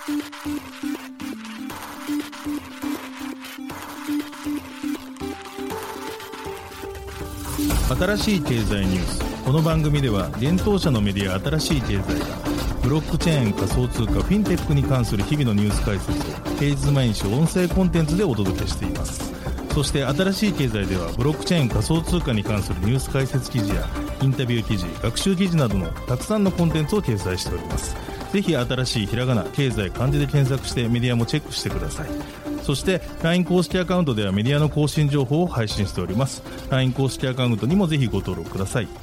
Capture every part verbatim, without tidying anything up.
新しい経済ニュース。この番組では現当社のメディア新しい経済がブロックチェーン、仮想通貨、フィンテックに関する日々のニュース解説を平日毎日音声コンテンツでお届けしています。そして新しい経済ではブロックチェーン、仮想通貨に関するニュース解説記事やインタビュー記事、学習記事などのたくさんのコンテンツを掲載しております。ぜひ新しいひらがな、経済、漢字で検索してメディアもチェックしてください。そして ライン 公式アカウントではメディアの更新情報を配信しております。 ライン 公式アカウントにもぜひご登録ください。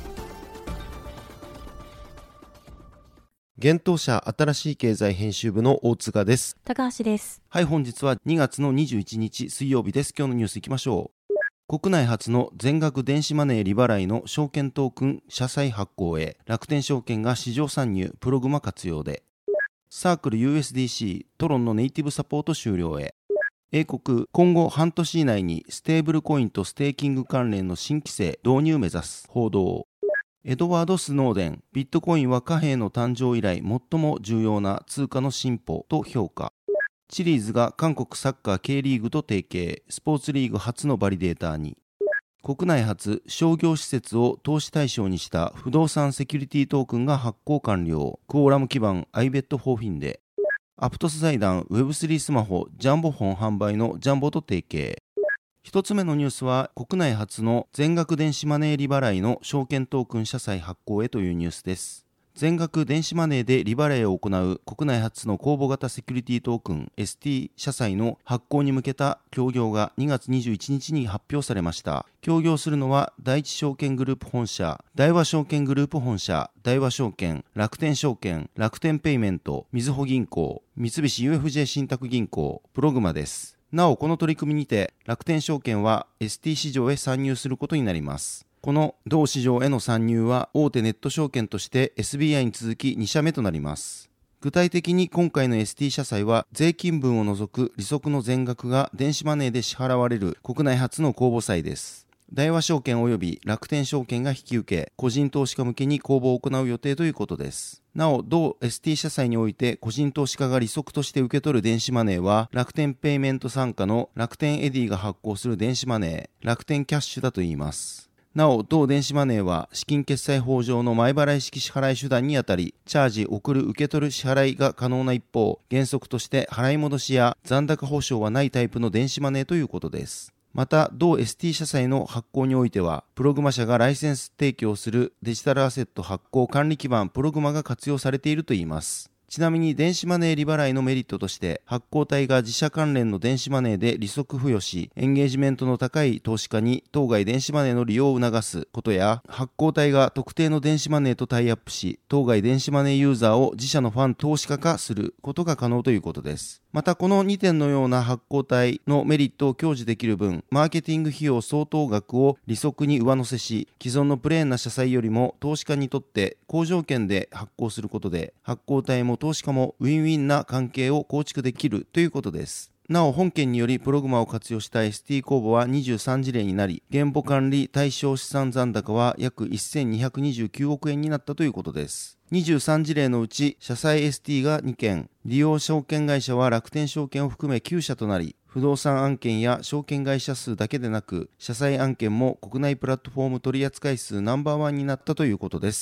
現当社新しい経済編集部の大塚です。 高橋です。 はい、本日はにがつのにじゅういちにち水曜日です。今日のニュースいきましょう。国内初の全額電子マネー利払いの証券トークン社債発行へ、楽天証券が市場参入、プログマ活用で。サークル ユーエスディーシー トロンのネイティブサポート終了へ。英国、今後半年以内にステーブルコインとステーキング関連の新規制導入目指す報道。エドワード・スノーデン、ビットコインは貨幣の誕生以来最も重要な通貨の進歩と評価。チリーズが韓国サッカー K リーグと提携、スポーツリーグ初のバリデーターに。国内初商業施設を投資対象にした不動産セキュリティトークンが発行完了。クオーラム基盤 アイベット フォーフィンで。アプトス財団 ウェブスリー スマホジャンボフォン販売のジャンボと提携。一つ目のニュースは国内初の全額電子マネー利払いの証券トークン社債発行へというニュースです。全額電子マネーで利払いを行う国内初の公募型セキュリティトークン エスティー 社債の発行に向けた協業がにがつにじゅういちにちに発表されました。協業するのは第一証券グループ本社、大和証券グループ本社、大和証券、楽天証券、楽天ペイメント、みずほ銀行、三菱 ユーエフジェー 信託銀行、プログマです。なおこの取り組みにて楽天証券は エスティー 市場へ参入することになります。この同市場への参入は大手ネット証券として エスビーアイ に続きにしゃめとなります。具体的に今回の エスティー 社債は税金分を除く利息の全額が電子マネーで支払われる国内初の公募債です。大和証券及び楽天証券が引き受け、個人投資家向けに公募を行う予定ということです。なお、同 エスティー 社債において個人投資家が利息として受け取る電子マネーは楽天ペイメント傘下の楽天エディが発行する電子マネー、楽天キャッシュだといいます。なお、同電子マネーは資金決済法上の前払い式支払い手段にあたり、チャージ、送る、受け取る支払いが可能な一方、原則として払い戻しや残高保証はないタイプの電子マネーということです。また、同 エスティー 社債の発行においては、プログマ社がライセンス提供するデジタルアセット発行管理基盤プログマが活用されているといいます。ちなみに電子マネー利払いのメリットとして発行体が自社関連の電子マネーで利息付与し、エンゲージメントの高い投資家に当該電子マネーの利用を促すことや、発行体が特定の電子マネーとタイアップし、当該電子マネーユーザーを自社のファン投資家化することが可能ということです。またこのにてんのような発行体のメリットを享受できる分、マーケティング費用相当額を利息に上乗せし、既存のプレーンな社債よりも投資家にとって好条件で発行することで、発行体も投資家もウィンウィンな関係を構築できるということです。なお本件によりプログマを活用した エスティー 公募はにじゅうさんじれいになり、現母管理対象資産残高は約せんにひゃくにじゅうきゅうおくえんになったということです。にじゅうさんじれいのうち社債 エスティー がにけん、利用証券会社は楽天証券を含めきゅうしゃとなり、不動産案件や証券会社数だけでなく、社債案件も国内プラットフォーム取扱数ナンバーワンになったということです。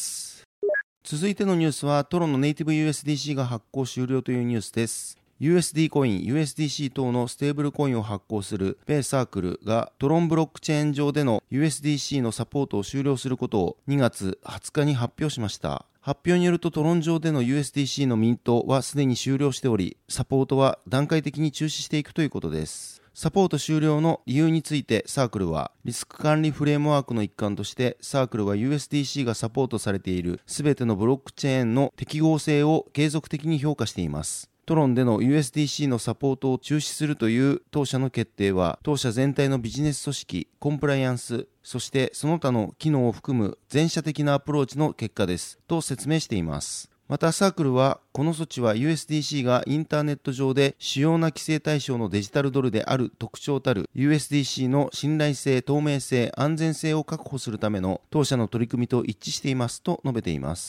続いてのニュースはトロンのネイティブ ユーエスディーシー が発行終了というニュースです。ユーエスディー コイン、ユーエスディーシー 等のステーブルコインを発行する米サークルがトロンブロックチェーン上での ユーエスディーシー のサポートを終了することをにがつはつかに発表しました。発表によるとトロン上での ユーエスディーシー のミントはすでに終了しており、サポートは段階的に中止していくということです。サポート終了の理由についてサークルは、リスク管理フレームワークの一環としてサークルは ユーエスディーシー がサポートされているすべてのブロックチェーンの適合性を継続的に評価しています。トロンでの ユーエスディーシー のサポートを中止するという当社の決定は、当社全体のビジネス組織、コンプライアンス、そしてその他の機能を含む全社的なアプローチの結果です、と説明しています。またサークルは、この措置は ユーエスディーシー がインターネット上で主要な規制対象のデジタルドルである特徴たる ユーエスディーシー の信頼性、透明性、安全性を確保するための当社の取り組みと一致していますと述べています。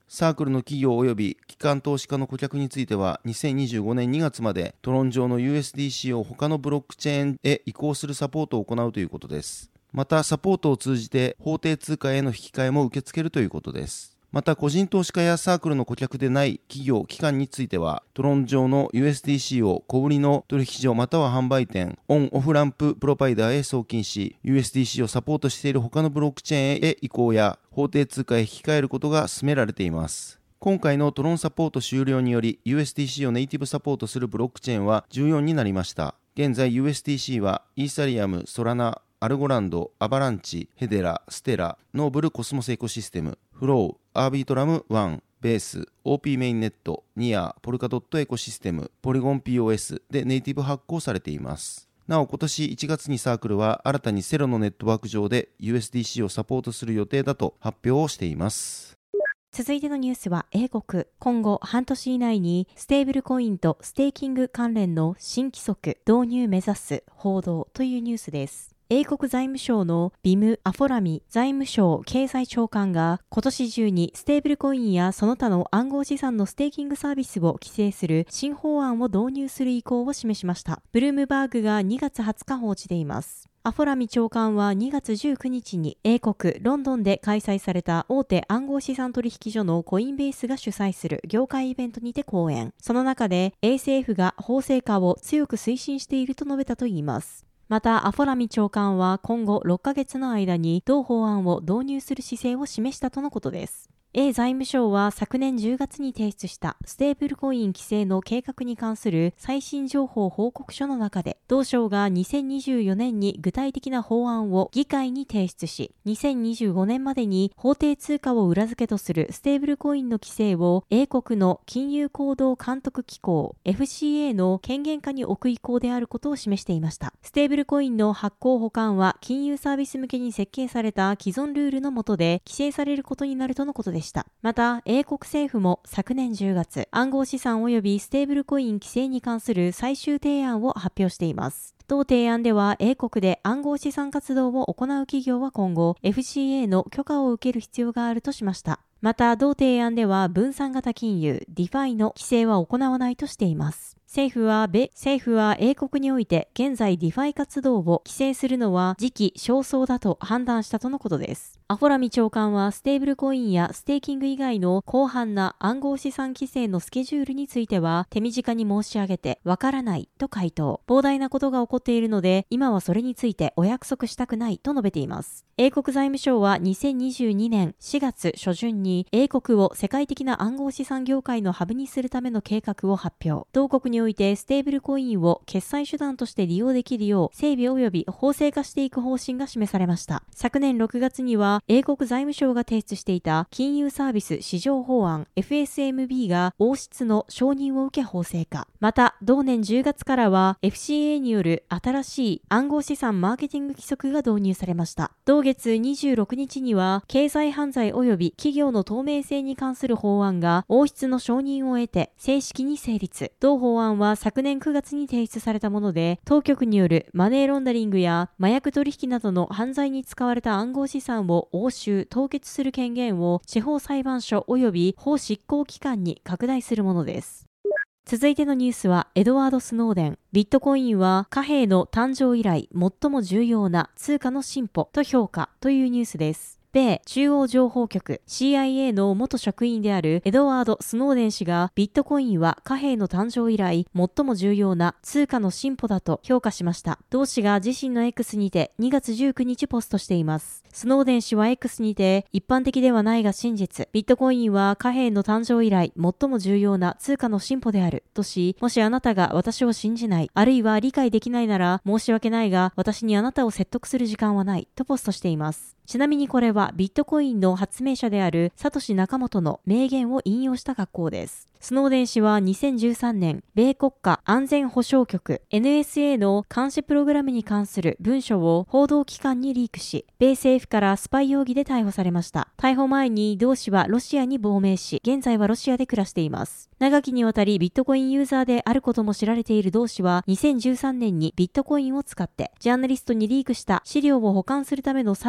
サークルの企業及び機関投資家の顧客についてはにせんにじゅうごねんにがつまでトロン上の ユーエスディーシー を他のブロックチェーンへ移行するサポートを行うということです。またサポートを通じて法定通貨への引き換えも受け付けるということです。また個人投資家やサークルの顧客でない企業・機関についてはトロン上の ユーエスディーシー を小売りの取引所または販売店オン・オフランププロバイダーへ送金し ユーエスディーシー をサポートしている他のブロックチェーンへ移行や法定通貨へ引き換えることが進められています。今回のトロンサポート終了により ユーエスディーシー をネイティブサポートするブロックチェーンはじゅうよんになりました。現在 ユーエスディーシー はイーサリアム、ソラナ、アルゴランド、アバランチ、ヘデラ、ステラ、ノーブルコスモスエコシステム、フロー、アービートラムワン、ベース、オーピー メインネット、ニア、ポルカドットエコシステム、ポリゴン ピーオーエス でネイティブ発行されています。なお今年いちがつにサークルは新たにセロのネットワーク上で ユーエスディーシー をサポートする予定だと発表をしています。 続いてのニュースは英国。今後半年以内にステーブルコインとステーキング関連の新規則導入目指す報道というニュースです。英国財務省のビム・アフォラミ財務省経済長官が今年中にステーブルコインやその他の暗号資産のステーキングサービスを規制する新法案を導入する意向を示しました。ブルームバーグがにがつはつか報じています。アフォラミ長官はにがつじゅうくにちに英国ロンドンで開催された大手暗号資産取引所のコインベースが主催する業界イベントにて講演。その中で エーエスエフ が法制化を強く推進していると述べたといいます。またアフォラミ長官は今後ろっかげつの間に同法案を導入する姿勢を示したとのことです。英財務省は昨年じゅうがつに提出したステーブルコイン規制の計画に関する最新情報報告書の中で、同省がにせんにじゅうよねんに具体的な法案を議会に提出し、にせんにじゅうごねんまでに法定通貨を裏付けとするステーブルコインの規制を英国の金融行動監督機構 エフシーエー の権限下に置く意向であることを示していました。ステーブルコインの発行保管は金融サービス向けに設計された既存ルールの下で規制されることになるとのことでした。また英国政府も昨年じゅうがつ暗号資産及びステーブルコイン規制に関する最終提案を発表しています。同提案では英国で暗号資産活動を行う企業は今後 エフシーエー の許可を受ける必要があるとしました。また同提案では分散型金融 ディファイ の規制は行わないとしています。政府は米、政府は英国において現在 ディファイ 活動を規制するのは時期尚早だと判断したとのことです。アフォラミ長官はステーブルコインやステーキング以外の広範な暗号資産規制のスケジュールについては手短に申し上げてわからないと回答。膨大なことが起こっているので今はそれについてお約束したくないと述べています。英国財務省はにせんにじゅうにねんしがつしょじゅんに英国を世界的な暗号資産業界のハブにするための計画を発表。同国においてステーブルコインを決済手段として利用できるよう整備及び法制化していく方針が示されました。昨年ろくがつには英国財務省が提出していた金融サービス市場法案 エフエスエムビー が王室の承認を受け法制化。また同年じゅうがつからは エフシーエー による新しい暗号資産マーケティング規則が導入されました。同月にじゅうろくにちには経済犯罪及び企業の透明性に関する法案が王室の承認を得て正式に成立。同法案は昨年くがつに提出されたもので、当局によるマネーロンダリングや麻薬取引などの犯罪に使われた暗号資産を押収・凍結する権限を地方裁判所及び法執行機関に拡大するものです。続いてのニュースはエドワード・スノーデン。ビットコインは貨幣の誕生以来最も重要な通貨の進歩と評価というニュースです。米中央情報局 シーアイエー の元職員であるエドワード・スノーデン氏がビットコインは貨幣の誕生以来最も重要な通貨の進歩だと評価しました。同氏が自身の X にてにがつじゅうくにちポストしています。スノーデン氏は X にて一般的ではないが真実、ビットコインは貨幣の誕生以来最も重要な通貨の進歩であるとし、もしあなたが私を信じない、あるいは理解できないなら申し訳ないが私にあなたを説得する時間はないとポストしています。ちなみにこれはビットコインの発明者であるサトシ・ナカモトの名言を引用した格好です。スノーデン氏はにせんじゅうさんねん、米国家安全保障局 エヌエスエー の監視プログラムに関する文書を報道機関にリークし、米政府からスパイ容疑で逮捕されました。逮捕前に同氏はロシアに亡命し、現在はロシアで暮らしています。長きにわたりビットコインユーザーであることも知られている同氏はにせんじゅうさんねんにビットコインを使ってジャーナリストにリークした資料を保管するためのサーバー代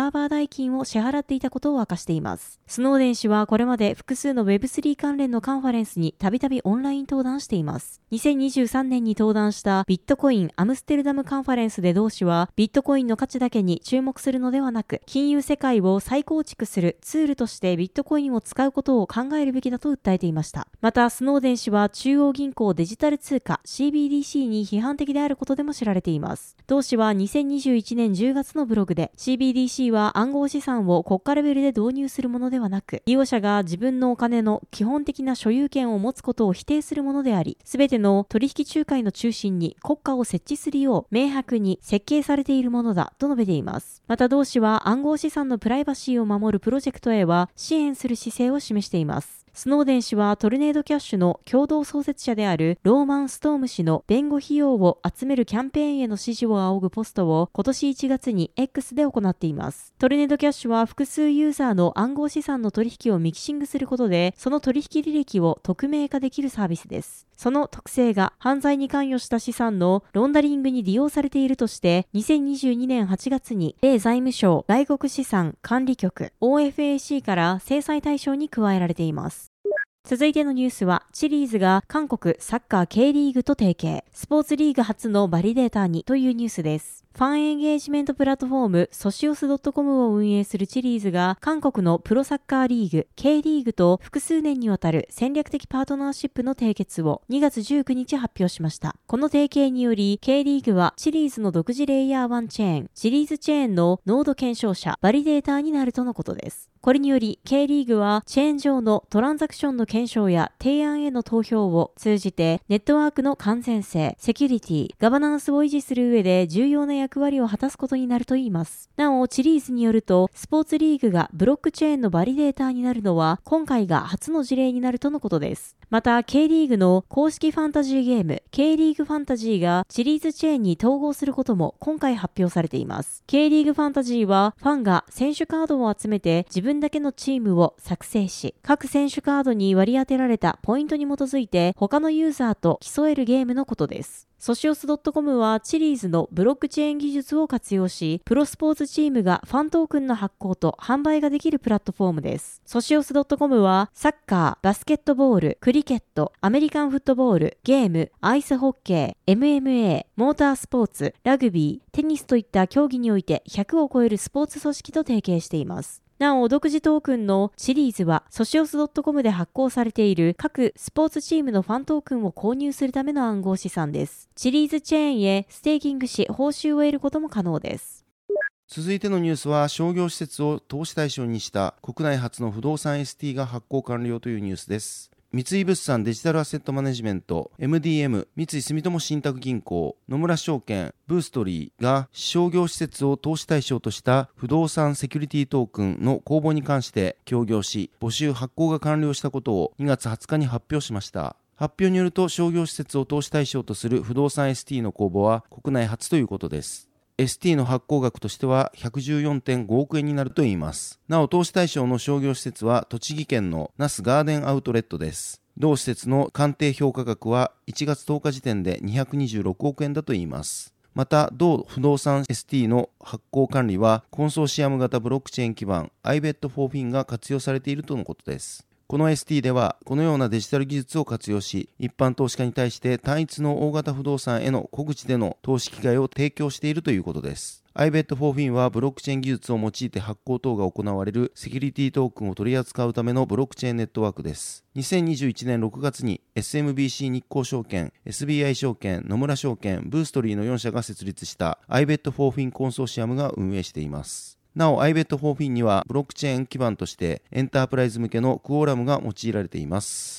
済金を支払っていたことを明かしています。スノーデン氏はこれまで複数の ウェブスリー 関連のカンファレンスにたびたびオンライン登壇しています。にせんにじゅうさんねんに登壇したビットコインアムステルダムカンファレンスで同氏は、ビットコインの価値だけに注目するのではなく、金融世界を再構築するツールとしてビットコインを使うことを考えるべきだと訴えていました。また、スノーデン氏は中央銀行デジタル通貨 シービーディーシー に批判的であることでも知られています。同氏はにせんにじゅういちねんじゅうがつのブログで、シービーディーシー は暗号資産を国家レベルで導入するものではなく、利用者が自分のお金の基本的な所有権を持つことを否定するものであり、すべての取引仲介の中心に国家を設置するよう明白に設計されているものだと述べています。また同氏は暗号資産のプライバシーを守るプロジェクトへは支援する姿勢を示しています。スノーデン氏はトルネードキャッシュの共同創設者であるローマン・ストーム氏の弁護費用を集めるキャンペーンへの支持を仰ぐポストを今年いちがつに X で行っています。トルネードキャッシュは複数ユーザーの暗号資産の取引をミキシングすることで、その取引履歴を匿名化できるサービスです。その特性が犯罪に関与した資産のロンダリングに利用されているとして、にせんにじゅうにねんはちがつに米財務省外国資産管理局 オーエフエーシー から制裁対象に加えられています。続いてのニュースは、チリーズが韓国サッカー K リーグと提携、スポーツリーグ初のバリデーターにというニュースです。ファンエンゲージメントプラットフォームソシオス .com を運営するチリーズが韓国のプロサッカーリーグ K リーグと複数年にわたる戦略的パートナーシップの締結をにがつじゅうくにち発表しました。この提携により K リーグはチリーズの独自レイヤーワンチェーン、チリーズチェーンのノード検証者、バリデーターになるとのことです。これにより K リーグはチェーン上のトランザクションの検証や提案への投票を通じてネットワークの完全性、セキュリティ、ガバナンスを維持する上で重要な役割を果たすことになるといいます。なお、チリーズによるとスポーツリーグがブロックチェーンのバリデーターになるのは今回が初の事例になるとのことです。また K リーグの公式ファンタジーゲーム K リーグファンタジーがチリーズチェーンに統合することも今回発表されています。K リーグファンタジーはファンが選手カードを集めて自分だけのチームを作成し、各選手カードに割り当てられたポイントに基づいて他のユーザーと競えるゲームのことです。ソシオス .com はチリーズのブロックチェーン技術を活用し、プロスポーツチームがファントークンの発行と販売ができるプラットフォームです。ソシオス .com はサッカー、バスケットボール、クリケット、アメリカンフットボール、ゲーム、アイスホッケー、エムエムエー、モータースポーツ、ラグビー、テニスといった競技においてひゃくを超えるスポーツ組織と提携しています。なお、独自トークンのチリーズはソシオス .com で発行されている各スポーツチームのファントークンを購入するための暗号資産です。チリーズチェーンへステーキングし報酬を得ることも可能です。 続いてのニュースは、商業施設を投資対象にした国内初の不動産 エスティー が発行完了というニュースです。三井物産デジタルアセットマネジメント エムディーエム 三井住友信託銀行野村証券ブーストリーが商業施設を投資対象とした不動産セキュリティトークンの公募に関して協業し、募集発行が完了したことをにがつはつかに発表しました。発表によると、商業施設を投資対象とする不動産 エスティー の公募は国内初ということです。エスティー の発行額としては ひゃくじゅうよんてんごおくえんになるといいます。なお、投資対象の商業施設は栃木県の那須ガーデンアウトレットです。同施設の鑑定評価額はいちがつとおか時点でにひゃくにじゅうろくおくえんだといいます。また、同不動産 エスティー の発行管理はコンソーシアム型ブロックチェーン基盤 アイベットフォーフィン が活用されているとのことです。この エスティー ではこのようなデジタル技術を活用し、一般投資家に対して単一の大型不動産への小口での投資機会を提供しているということです。アイベットフォーフィン はブロックチェーン技術を用いて発行等が行われるセキュリティトークンを取り扱うためのブロックチェーンネットワークです。にせんにじゅういちねんろくがつに エスエムビーシー 日興証券、エスビーアイ 証券、野村証券、ブーストリーのよん社が設立した アイベットフォーフィン コンソーシアムが運営しています。なお アイベットフォーフィン にはブロックチェーン基盤としてエンタープライズ向けのクオーラムが用いられています。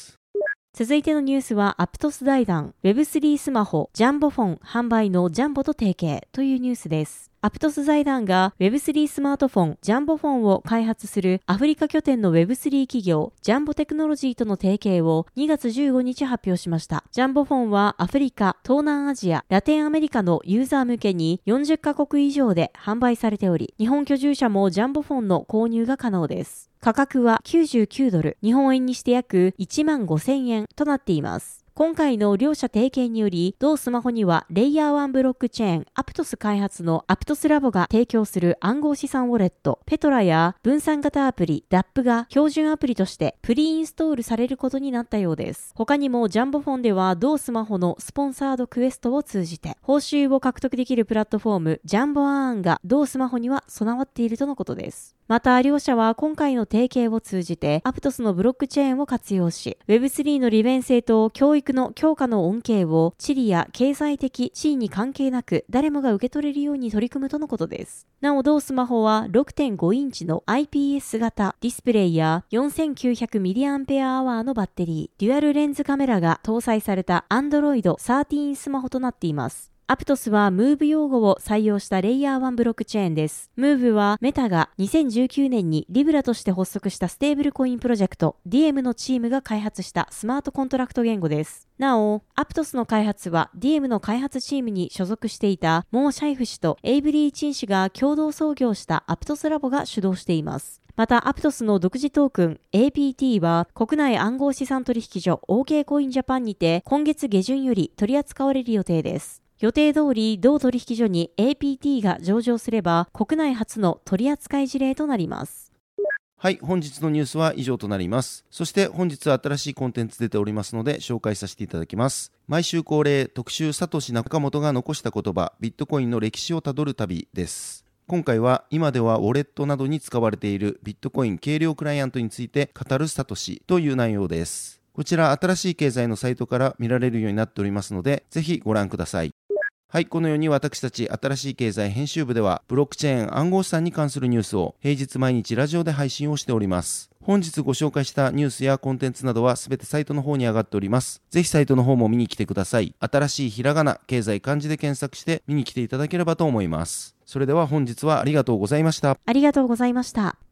続いてのニュースは、アプトス財団 ウェブスリー スマホジャンボフォン販売のジャンボと提携というニュースです。アプトス財団が ウェブスリー スマートフォンジャンボフォンを開発するアフリカ拠点の ウェブスリー 企業ジャンボテクノロジーとの提携をにがつじゅうごにち発表しました。ジャンボフォンはアフリカ、東南アジア、ラテンアメリカのユーザー向けによんじゅっかこく以上で販売されており、日本居住者もジャンボフォンの購入が可能です。価格はきゅうじゅうきゅうドル、日本円にして約いちまんごせんえんとなっています。 今回の両社提携により、同スマホにはレイヤーワンブロックチェーン、アプトス開発のアプトスラボが提供する暗号資産ウォレット、ペトラや分散型アプリ、ダップ が標準アプリとしてプリインストールされることになったようです。他にもジャンボフォンでは同スマホのスポンサードクエストを通じて報酬を獲得できるプラットフォームジャンボアーンが同スマホには備わっているとのことです。また両社は今回の提携を通じてアプトスのブロックチェーンを活用し ウェブスリー の利便性と教育の強化の恩恵を地理や経済的地位に関係なく誰もが受け取れるように取り組むとのことです。なお同スマホは ろくてんご インチの アイピーエス 型ディスプレイや よんせんきゅうひゃくミリアンペアアワー のバッテリー、デュアルレンズカメラが搭載された アンドロイドサーティーン スマホとなっています。アプトスは ムーブ 用語を採用したレイヤーワンブロックチェーンです。ムーブ はメタがにせんじゅうきゅうねんにリブラとして発足したステーブルコインプロジェクト ディーエム のチームが開発したスマートコントラクト言語です。なお、アプトスの開発は ディーエム の開発チームに所属していたモー・シャイフ氏とエイブリー・チン氏が共同創業したアプトスラボが主導しています。また、アプトスの独自トークン エーピーティー は国内暗号資産取引所 オーケー コインジャパンにて今月下旬より取り扱われる予定です。予定通り同取引所に エーピーティー が上場すれば国内初の取扱い事例となります。 はい、本日のニュースは以上となります。そして本日は新しいコンテンツ出ておりますので紹介させていただきます。毎週恒例特集サトシ仲本が残した言葉、ビットコインの歴史をたどる旅です。今回は今ではウォレットなどに使われているビットコイン計量クライアントについて語るサトシという内容です。こちら新しい経済のサイトから見られるようになっておりますので、ぜひご覧ください。はい、このように私たち新しい経済編集部ではブロックチェーン暗号資産に関するニュースを平日毎日ラジオで配信をしております。本日ご紹介したニュースやコンテンツなどはすべてサイトの方に上がっております。ぜひサイトの方も見に来てください。新しいひらがな、経済漢字で検索して見に来ていただければと思います。それでは本日はありがとうございました。 ありがとうございました。